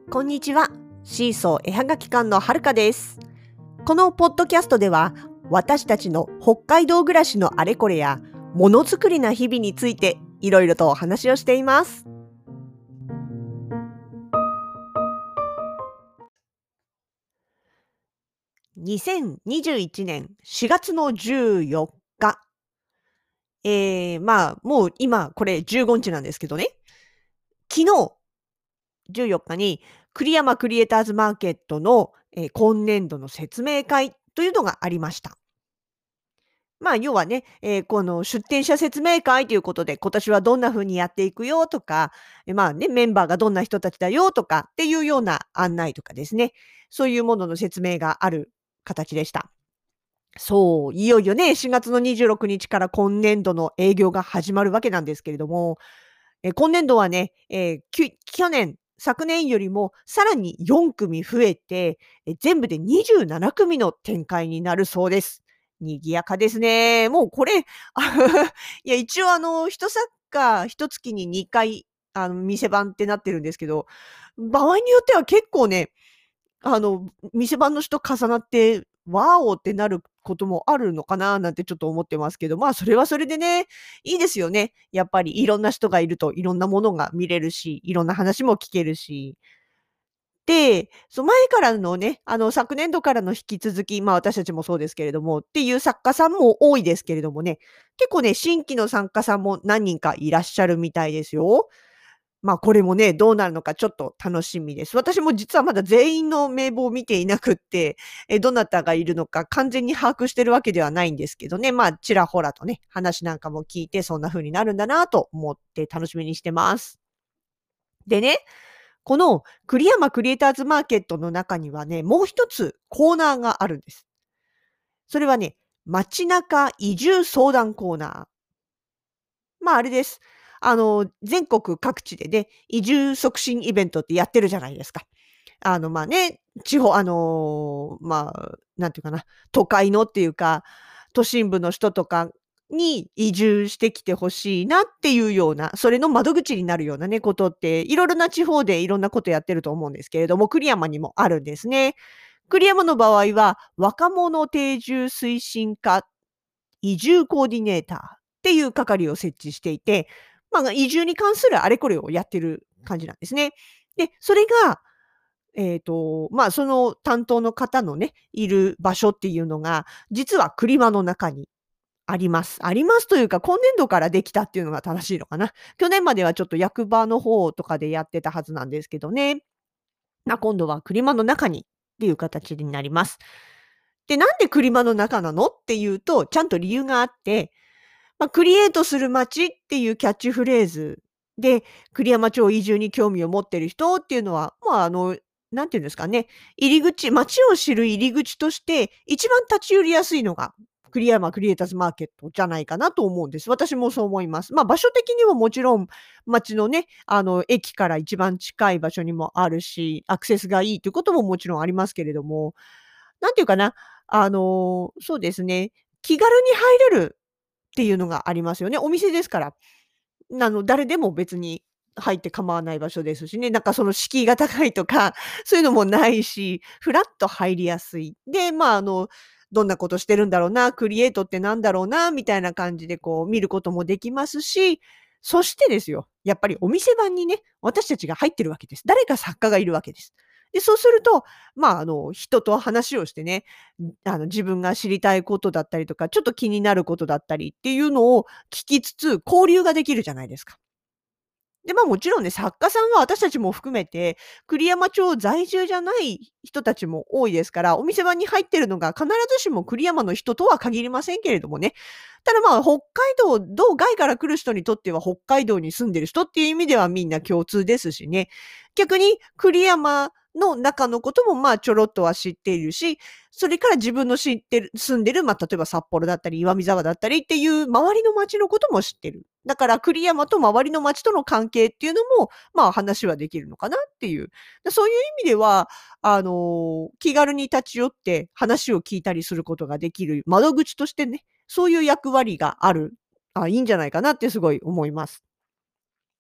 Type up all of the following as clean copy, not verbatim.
こんにちは。シーソー絵はがき館のはるかです。このポッドキャストでは、私たちの北海道暮らしのあれこれや、ものづくりな日々についていろいろとお話をしています。2021年4月の14日。もう今これ15日なんですけどね。昨日14日に栗山クリエイターズマーケットの、今年度の説明会というのがありました。要はね、この出店者説明会ということで、今年はどんな風にやっていくよとか、メンバーがどんな人たちだよとかっていうような案内とかですね、そういうものの説明がある形でした。そう、いよいよね、4月の26日から今年度の営業が始まるわけなんですけれども、今年度はね、昨年よりもさらに4組増えて、全部で27組の展開になるそうです。賑やかですね。もうこれ、いや、一応1作家1月に2回、店番ってなってるんですけど、場合によっては結構ね、店番の人重なって、わーおってなることもあるのかななんてちょっと思ってますけど、それはそれでね、いいですよね。やっぱりいろんな人がいるといろんなものが見れるし、いろんな話も聞けるし。で、前からのね、昨年度からの引き続き、私たちもそうですけれどもっていう作家さんも多いですけれどもね、結構ね、新規の作家さんも何人かいらっしゃるみたいですよ。これもね、どうなるのかちょっと楽しみです。私も実はまだ全員の名簿を見ていなくって、どなたがいるのか完全に把握してるわけではないんですけどね、ちらほらとね、話なんかも聞いてそんな風になるんだなと思って楽しみにしてます。でね、この栗山クリエイターズマーケットの中にはね、もう一つコーナーがあるんです。それはね、街中移住相談コーナー。あれです。全国各地でね、移住促進イベントってやってるじゃないですか。地方なんていうかな、都会のっていうか、都心部の人とかに移住してきてほしいなっていうような、それの窓口になるようなね、ことって、いろいろな地方でいろんなことやってると思うんですけれども、栗山にもあるんですね。栗山の場合は、若者定住推進課移住コーディネーターっていう係を設置していて、移住に関するあれこれをやってる感じなんですね。で、それが、その担当の方のね、いる場所っていうのが、実は栗間の中にあります。ありますというか、今年度からできたっていうのが正しいのかな。去年まではちょっと役場の方とかでやってたはずなんですけどね。今度は栗間の中にっていう形になります。で、なんで栗間の中なのっていうと、ちゃんと理由があって、クリエイトする街っていうキャッチフレーズで、栗山町移住に興味を持ってる人っていうのは、なんていうんですかね、街を知る入り口として、一番立ち寄りやすいのが、栗山クリエイターズマーケットじゃないかなと思うんです。私もそう思います。場所的にももちろん、街のね、駅から一番近い場所にもあるし、アクセスがいいということももちろんありますけれども、なんていうかな、そうですね、気軽に入れるっていうのがありますよね。お店ですから。誰でも別に入って構わない場所ですしね。なんかその敷居が高いとか、そういうのもないし、フラッと入りやすい。で、どんなことしてるんだろうな、クリエイトってなんだろうな、みたいな感じでこう見ることもできますし、そしてですよ、やっぱりお店番にね、私たちが入ってるわけです。誰か作家がいるわけです。で、そうすると、人と話をしてね、自分が知りたいことだったりとか、ちょっと気になることだったりっていうのを聞きつつ、交流ができるじゃないですか。で、もちろんね、作家さんは私たちも含めて、栗山町在住じゃない人たちも多いですから、お店番に入ってるのが必ずしも栗山の人とは限りませんけれどもね。ただ北海道外から来る人にとっては北海道に住んでる人っていう意味ではみんな共通ですしね。逆に栗山の中のこともちょろっとは知っているし、それから自分の住んでる、例えば札幌だったり岩見沢だったりっていう周りの町のことも知ってる。だから栗山と周りの町との関係っていうのも、話はできるのかなっていう。そういう意味では、気軽に立ち寄って話を聞いたりすることができる窓口としてね、そういう役割がある、いいんじゃないかなってすごい思います。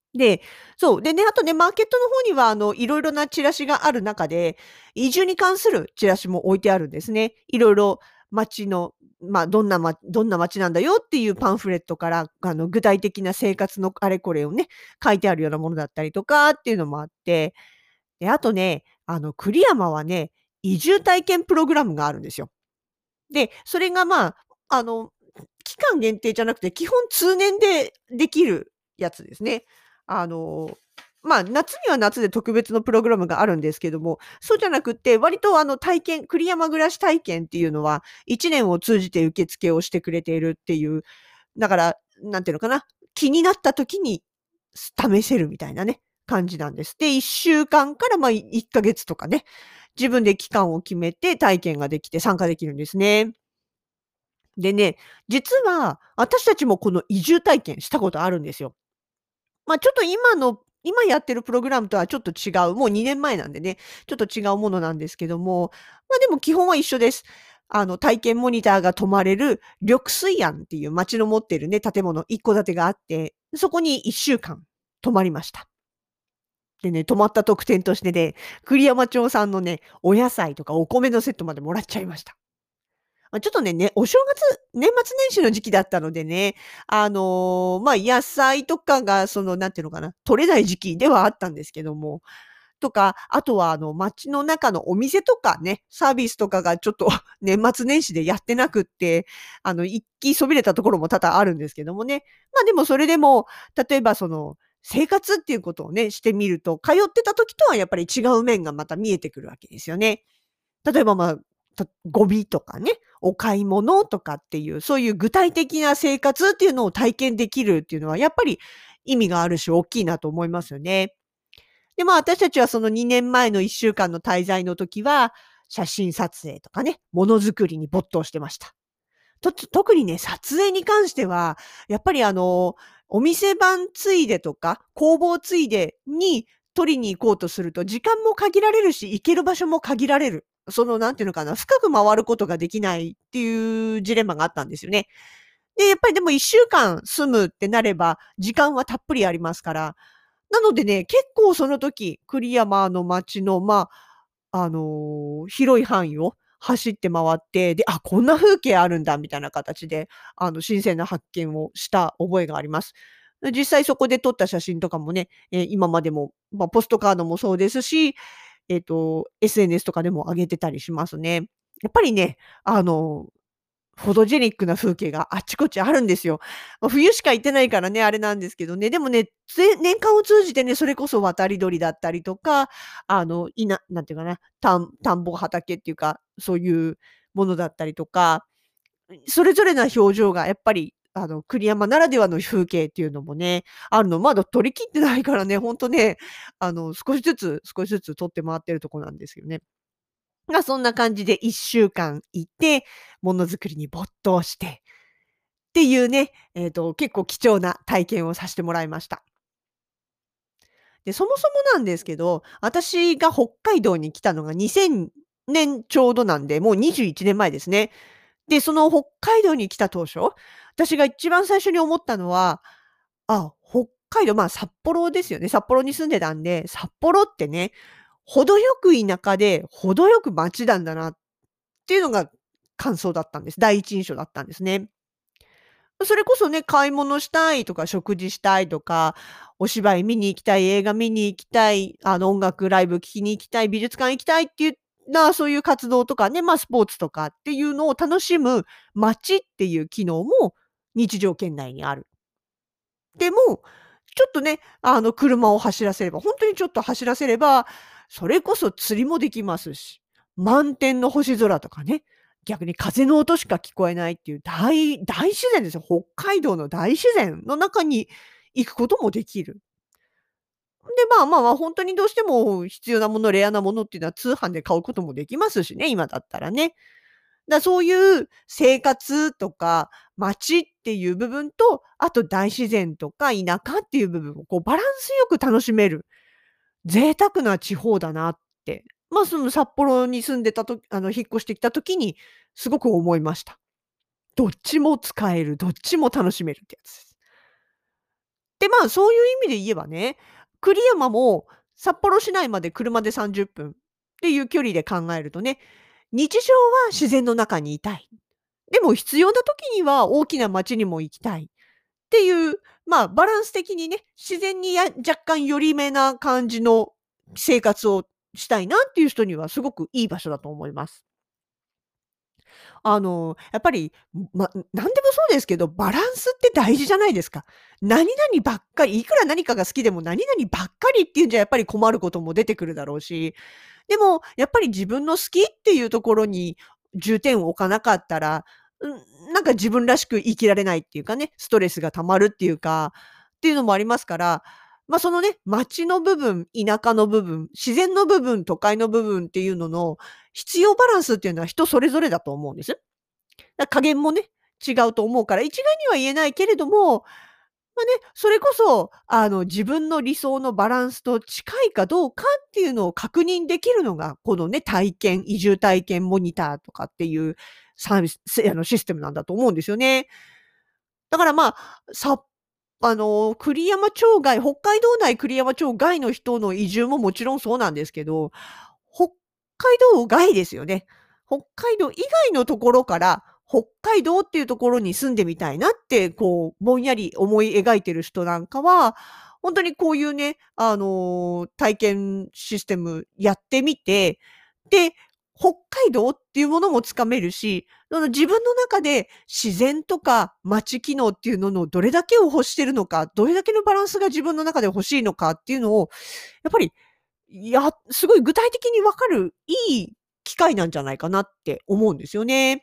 で、そう、でね、あとね、マーケットの方には、いろいろなチラシがある中で、移住に関するチラシも置いてあるんですね。いろいろ街の、どんな街なんだよっていうパンフレットから、具体的な生活のあれこれをね、書いてあるようなものだったりとかっていうのもあって、で、あとね、栗山はね、移住体験プログラムがあるんですよ。で、それがあの、期間限定じゃなくて、基本通年でできるやつですね。あの、夏には夏で特別のプログラムがあるんですけども、そうじゃなくって、割と栗山暮らし体験っていうのは、1年を通じて受付をしてくれているっていう、だから、なんていうのかな、気になった時に試せるみたいなね、感じなんです。で、1週間から、1ヶ月とかね、自分で期間を決めて体験ができて参加できるんですね。でね、実は私たちもこの移住体験したことあるんですよ。ちょっと今やってるプログラムとはちょっと違う、もう2年前なんでね、ちょっと違うものなんですけども、でも基本は一緒です。体験モニターが泊まれる緑水庵っていう町の持ってるね、建物一戸建てがあって、そこに1週間泊まりました。でね、泊まった特典としてね、栗山町産のね、お野菜とかお米のセットまでもらっちゃいました。ちょっとね、お正月、年末年始の時期だったのでね、野菜とかがなんていうのかな、取れない時期ではあったんですけども、とか、あとは街の中のお店とかね、サービスとかがちょっと年末年始でやってなくって、一気そびれたところも多々あるんですけどもね。でもそれでも、例えば生活っていうことをね、してみると、通ってた時とはやっぱり違う面がまた見えてくるわけですよね。例えば、ゴミとかね、お買い物とかっていう、そういう具体的な生活っていうのを体験できるっていうのは、やっぱり意味があるし、大きいなと思いますよね。で、私たちはその2年前の1週間の滞在の時は、写真撮影とかね、ものづくりに没頭してました。特にね、撮影に関しては、やっぱりお店番ついでとか、工房ついでに取りに行こうとすると、時間も限られるし、行ける場所も限られる。なんていうのかな、深く回ることができないっていうジレンマがあったんですよね。で、やっぱりでも1週間住むってなれば、時間はたっぷりありますから。なのでね、結構その時、栗山の街の、広い範囲を走って回って、で、あ、こんな風景あるんだみたいな形で、新鮮な発見をした覚えがあります。実際そこで撮った写真とかもね、今までも、ポストカードもそうですし、SNS とかでも上げてたりしますね。やっぱりね、フォトジェニックな風景があっちこっちあるんですよ。冬しか行ってないからね、あれなんですけどね。でもね、年間を通じてね、それこそ渡り鳥だったりとか、なんていうかな、田んぼ畑っていうか、そういうものだったりとか、それぞれな表情がやっぱり、栗山ならではの風景っていうのもね、あるの。まだ撮り切ってないからね、ほんとね、少しずつ撮って回ってるとこなんですよね。そんな感じで1週間いて、ものづくりに没頭してっていうね、結構貴重な体験をさしてもらいました。で、そもそもなんですけど、私が北海道に来たのが2000年ちょうどなんで、もう21年前ですね。で、その北海道に来た当初、私が一番最初に思ったのは、北海道、札幌ですよね。札幌に住んでたんで、札幌ってね、程よく田舎で、程よく街なんだなっていうのが感想だったんです。第一印象だったんですね。それこそね、買い物したいとか、食事したいとか、お芝居見に行きたい、映画見に行きたい、音楽ライブ聴きに行きたい、美術館行きたいっていうそういう活動とかね、スポーツとかっていうのを楽しむ街っていう機能も日常圏内にある。でも、ちょっとね、車を走らせれば、ほんとにちょっと走らせれば、それこそ釣りもできますし、満天の星空とかね、逆に風の音しか聞こえないっていう大自然ですよ。北海道の大自然の中に行くこともできる。で、ほんとにどうしても必要なもの、レアなものっていうのは通販で買うこともできますしね、今だったらね。そういう生活とか街っていう部分と、あと大自然とか田舎っていう部分をこうバランスよく楽しめる、贅沢な地方だなって、その札幌に住んでた引っ越してきた時にすごく思いました。どっちも使える、どっちも楽しめるってやつです。 で、そういう意味で言えばね、栗山も札幌市内まで車で30分っていう距離で考えるとね、日常は自然の中にいたい。でも必要な時には大きな街にも行きたいっていう、バランス的にね、自然に若干寄り目な感じの生活をしたいなっていう人にはすごくいい場所だと思います。やっぱり、なんでもそうですけど、バランスって大事じゃないですか。何々ばっかり、いくら何かが好きでも何々ばっかりっていうんじゃやっぱり困ることも出てくるだろうし、でもやっぱり自分の好きっていうところに重点を置かなかったら、なんか自分らしく生きられないっていうかね、ストレスが溜まるっていうか、っていうのもありますから、そのね、街の部分、田舎の部分、自然の部分、都会の部分っていうのの必要バランスっていうのは人それぞれだと思うんです。加減もね、違うと思うから、一概には言えないけれども、それこそ、自分の理想のバランスと近いかどうかっていうのを確認できるのが、このね、移住体験モニターとかっていうサービスシステムなんだと思うんですよね。だからさ栗山町外、北海道内栗山町外の人の移住ももちろんそうなんですけど、北海道外ですよね。北海道以外のところから、北海道っていうところに住んでみたいなって、こう、ぼんやり思い描いてる人なんかは、ほんとにこういうね、体験システムやってみて、で、北海道っていうものもつかめるし、自分の中で自然とか街機能っていうののどれだけを欲してるのか、どれだけのバランスが自分の中で欲しいのかっていうのを、やっぱりすごい具体的に分かるいい機会なんじゃないかなって思うんですよね。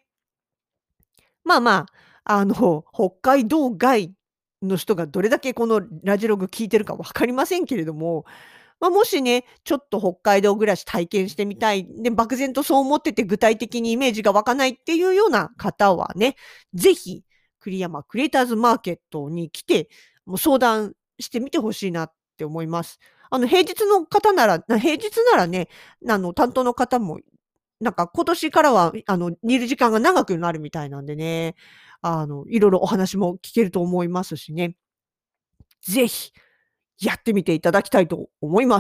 北海道外の人がどれだけこのラジログ聞いてるか分かりませんけれども、もしね、ちょっと北海道暮らし体験してみたい、で、漠然とそう思ってて具体的にイメージが湧かないっていうような方はね、ぜひ、栗山クリエイターズマーケットに来て、もう相談してみてほしいなって思います。平日ならね、担当の方も、なんか今年からは、煮る時間が長くなるみたいなんでね、いろいろお話も聞けると思いますしね。ぜひ、やってみていただきたいと思います。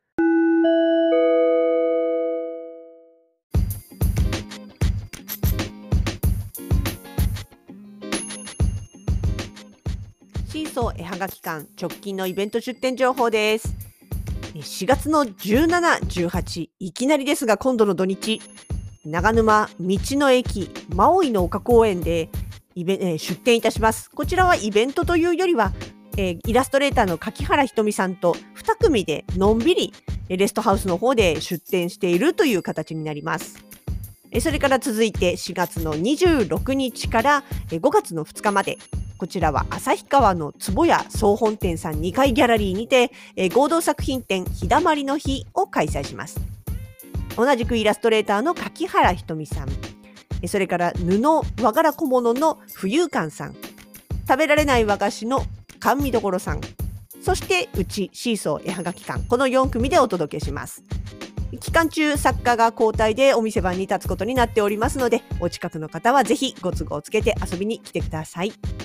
シーソー絵はがき館直近のイベント出店情報です。4月の17、18、いきなりですが今度の土日、長沼道の駅マオイの丘公園で出店いたします。こちらはイベントというよりは、イラストレーターの柿原ひとみさんと2組でのんびりレストハウスの方で出店しているという形になります。それから続いて4月の26日から5月の2日まで、こちらは旭川の坪谷総本店さん2階ギャラリーにて合同作品展日だまりの日を開催します。同じくイラストレーターの柿原ひとみさん、それから和柄小物の浮遊館さん、食べられない和菓子の甘味どころさん、そしてうちシーソー絵はがき館、この4組でお届けします。期間中作家が交代でお店番に立つことになっておりますので、お近くの方はぜひご都合をつけて遊びに来てください。